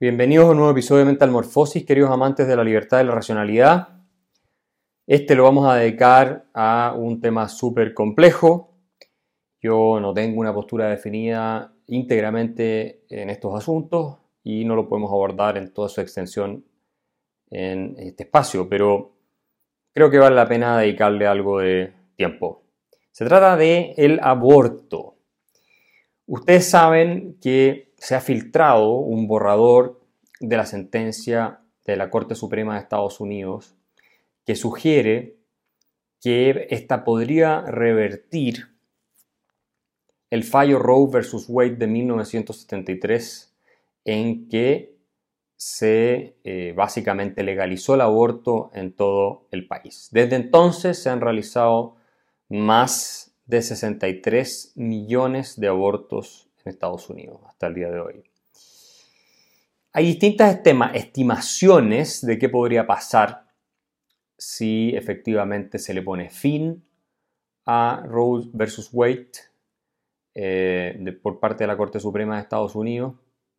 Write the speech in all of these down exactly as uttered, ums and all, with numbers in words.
Bienvenidos a un nuevo episodio de Mental Morfosis, queridos amantes de la libertad y la racionalidad. Este lo vamos a dedicar a un tema súper complejo. Yo no tengo una postura definida íntegramente en estos asuntos y no lo podemos abordar en toda su extensión en este espacio, pero creo que vale la pena dedicarle algo de tiempo. Se trata de el aborto. Ustedes saben que se ha filtrado un borrador de la sentencia de la Corte Suprema de Estados Unidos que sugiere que esta podría revertir el fallo Roe versus Wade de mil novecientos setenta y tres en que se eh, básicamente legalizó el aborto en todo el país. Desde entonces se han realizado más de sesenta y tres millones de abortos en Estados Unidos hasta el día de hoy. Hay distintas estimaciones de qué podría pasar si efectivamente se le pone fin a Roe versus Wade eh, de, por parte de la Corte Suprema de Estados Unidos,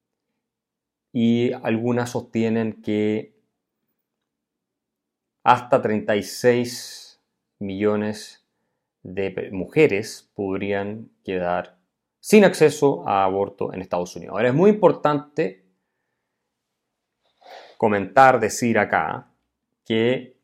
y algunas sostienen que hasta treinta y seis millones de mujeres podrían quedar sin acceso a aborto en Estados Unidos. Ahora, es muy importante comentar, decir acá, que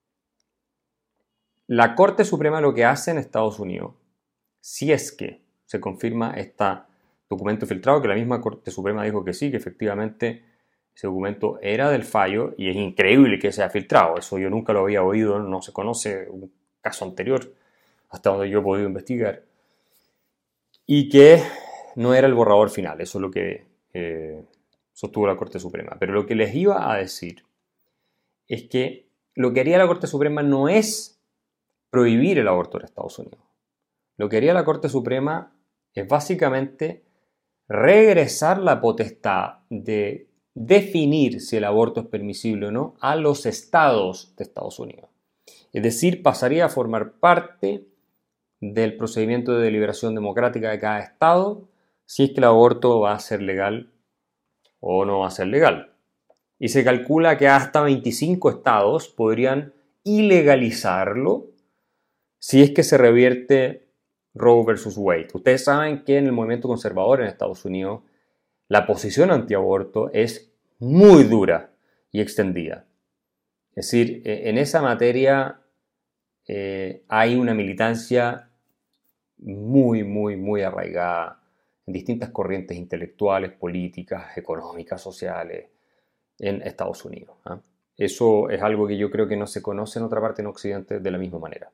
la Corte Suprema lo que hace en Estados Unidos, si es que se confirma este documento filtrado, que la misma Corte Suprema dijo que sí, que efectivamente ese documento era del fallo, y es increíble que sea filtrado, eso yo nunca lo había oído, no se conoce un caso anterior hasta donde yo he podido investigar, y que no era el borrador final. Eso es lo que eh, sostuvo la Corte Suprema. Pero lo que les iba a decir es que lo que haría la Corte Suprema no es prohibir el aborto en Estados Unidos. Lo que haría la Corte Suprema es básicamente regresar la potestad de definir si el aborto es permisible o no a los estados de Estados Unidos. Es decir, pasaría a formar parte del procedimiento de deliberación democrática de cada estado si es que el aborto va a ser legal o no va a ser legal. Y se calcula que hasta veinticinco estados podrían ilegalizarlo si es que se revierte Roe versus Wade. Ustedes saben que en el movimiento conservador en Estados Unidos la posición antiaborto es muy dura y extendida. Es decir, en esa materia eh, hay una militancia muy, muy, muy arraigada en distintas corrientes intelectuales, políticas, económicas, sociales en Estados Unidos. ¿eh? Eso es algo que yo creo que no se conoce en otra parte en Occidente de la misma manera.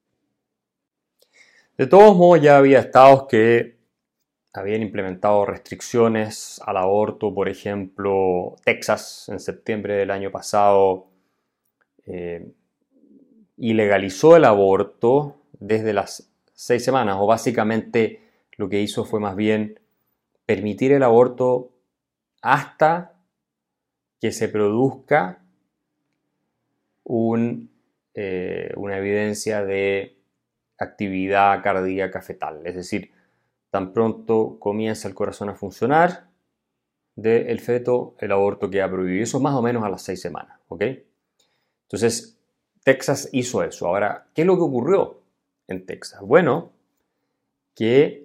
De todos modos, ya había estados que habían implementado restricciones al aborto. Por ejemplo, Texas en septiembre del año pasado eh, ilegalizó el aborto desde las seis semanas, o básicamente lo que hizo fue más bien permitir el aborto hasta que se produzca un, eh, una evidencia de actividad cardíaca fetal. Es decir, tan pronto comienza el corazón a funcionar del feto, el aborto queda prohibido. Eso es más o menos a las seis semanas, ¿ok? Entonces, Texas hizo eso. Ahora, ¿qué es lo que ocurrió en Texas? Bueno, que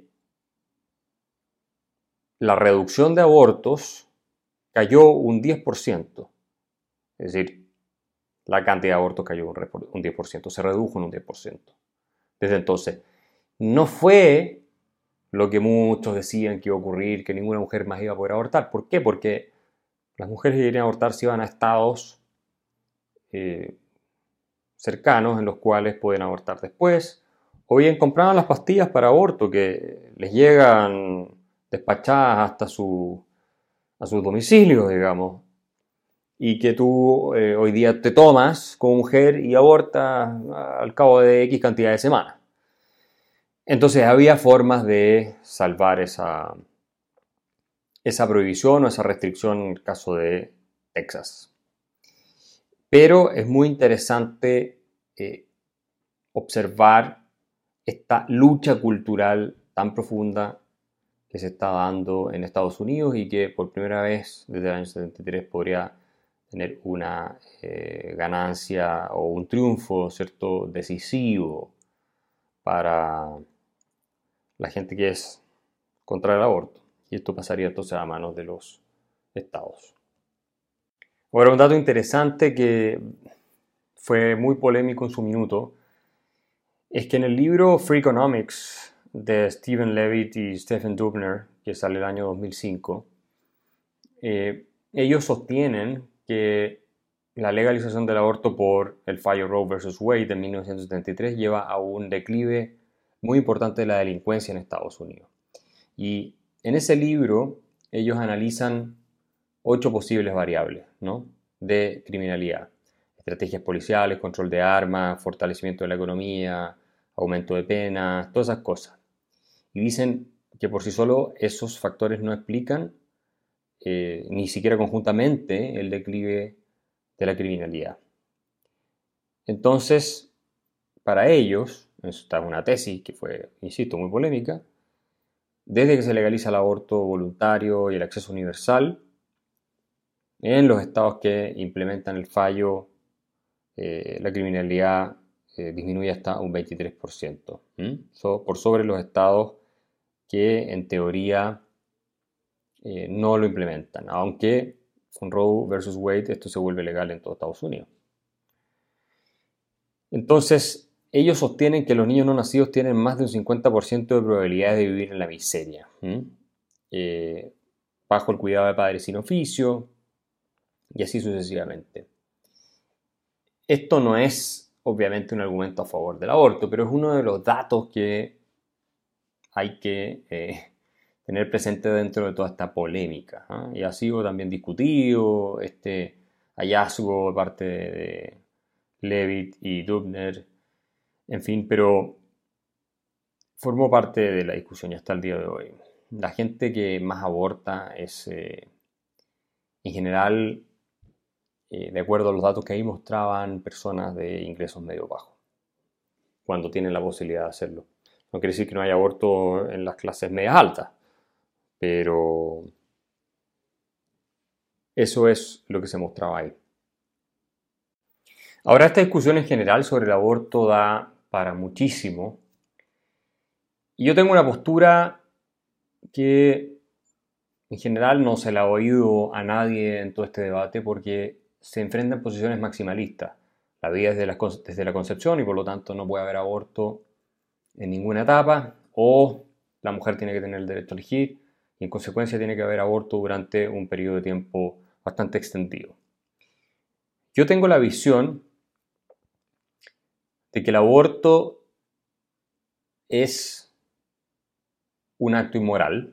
la reducción de abortos cayó un diez por ciento. Es decir, la cantidad de abortos cayó un diez por ciento, se redujo en un diez por ciento. Desde entonces, no fue lo que muchos decían que iba a ocurrir, que ninguna mujer más iba a poder abortar. ¿Por qué? Porque las mujeres que querían abortar se iban a estados eh, cercanos en los cuales pueden abortar después, o bien compraban las pastillas para aborto que les llegan despachadas hasta su, a sus domicilios, digamos, y que tú eh, hoy día te tomas como mujer y abortas al cabo de X cantidad de semanas. Entonces había formas de salvar esa, esa prohibición o esa restricción en el caso de Texas. Pero es muy interesante eh, observar esta lucha cultural tan profunda que se está dando en Estados Unidos y que por primera vez desde el año setenta y tres podría tener una eh, ganancia o un triunfo, ¿cierto?, decisivo para la gente que es contra el aborto. Y esto pasaría entonces a manos de los estados. Ahora, un dato interesante que fue muy polémico en su minuto es que en el libro Freakonomics de Steven Levitt y Stephen Dubner, que sale el año dos mil cinco, eh, ellos sostienen que la legalización del aborto por el fallo Roe versus Wade de mil novecientos setenta y tres lleva a un declive muy importante de la delincuencia en Estados Unidos. Y en ese libro ellos analizan ocho posibles variables, ¿no?, de criminalidad. Estrategias policiales, control de armas, fortalecimiento de la economía, aumento de penas, todas esas cosas. Y dicen que por sí solo esos factores no explican eh, ni siquiera conjuntamente el declive de la criminalidad. Entonces, para ellos, esta es una tesis que fue, insisto, muy polémica, desde que se legaliza el aborto voluntario y el acceso universal, en los estados que implementan el fallo, eh, la criminalidad eh, disminuye hasta un veintitrés por ciento, ¿Mm? so, por sobre los estados que en teoría eh, no lo implementan, aunque con Roe versus Wade esto se vuelve legal en todo Estados Unidos. Entonces, ellos sostienen que los niños no nacidos tienen más de un cincuenta por ciento de probabilidades de vivir en la miseria, eh, bajo el cuidado de padres sin oficio, y así sucesivamente. Esto no es, obviamente, un argumento a favor del aborto, pero es uno de los datos que hay que eh, tener presente dentro de toda esta polémica, ¿eh? Y ha sido también discutido este hallazgo de parte de Levitt y Dubner, en fin, pero formó parte de la discusión y hasta el día de hoy. La gente que más aborta es, eh, en general, eh, de acuerdo a los datos que ahí mostraban, personas de ingresos medio bajos, cuando tienen la posibilidad de hacerlo. No quiere decir que no haya aborto en las clases medias altas, pero eso es lo que se mostraba ahí. Ahora, esta discusión en general sobre el aborto da para muchísimo. Y yo tengo una postura que en general no se la ha oído a nadie en todo este debate porque se enfrentan posiciones maximalistas. La vida es desde la, desde la concepción y por lo tanto no puede haber aborto en ninguna etapa, o la mujer tiene que tener el derecho a elegir y en consecuencia tiene que haber aborto durante un periodo de tiempo bastante extendido. Yo tengo la visión de que el aborto es un acto inmoral,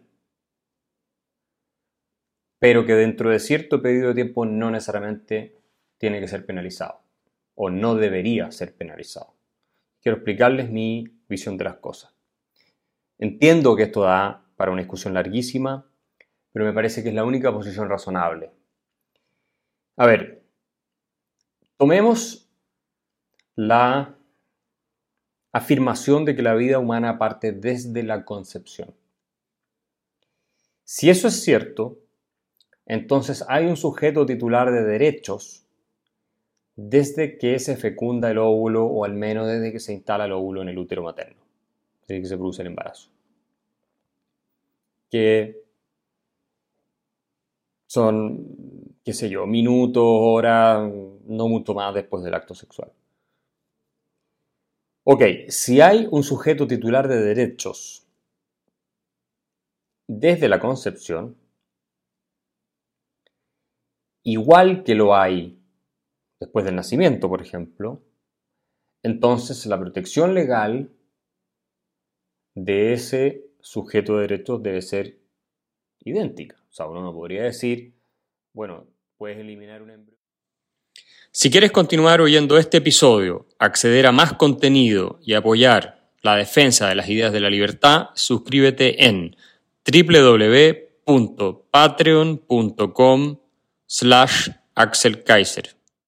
pero que dentro de cierto periodo de tiempo no necesariamente tiene que ser penalizado o no debería ser penalizado. Quiero explicarles mi visión de las cosas. Entiendo que esto da para una discusión larguísima, pero me parece que es la única posición razonable. A ver, tomemos la afirmación de que la vida humana parte desde la concepción. Si eso es cierto, entonces hay un sujeto titular de derechos desde que se fecunda el óvulo o al menos desde que se instala el óvulo en el útero materno, desde que se produce el embarazo. Que son, qué sé yo, minutos, horas, no mucho más después del acto sexual. Ok, si hay un sujeto titular de derechos desde la concepción, igual que lo hay después del nacimiento, por ejemplo, entonces la protección legal de ese sujeto de derechos debe ser idéntica. O sea, uno no podría decir, bueno, puedes eliminar un embrión. Si quieres continuar oyendo este episodio, acceder a más contenido y apoyar la defensa de las ideas de la libertad, suscríbete en doble u doble u doble u punto patreon punto com slash Axel Kaiser.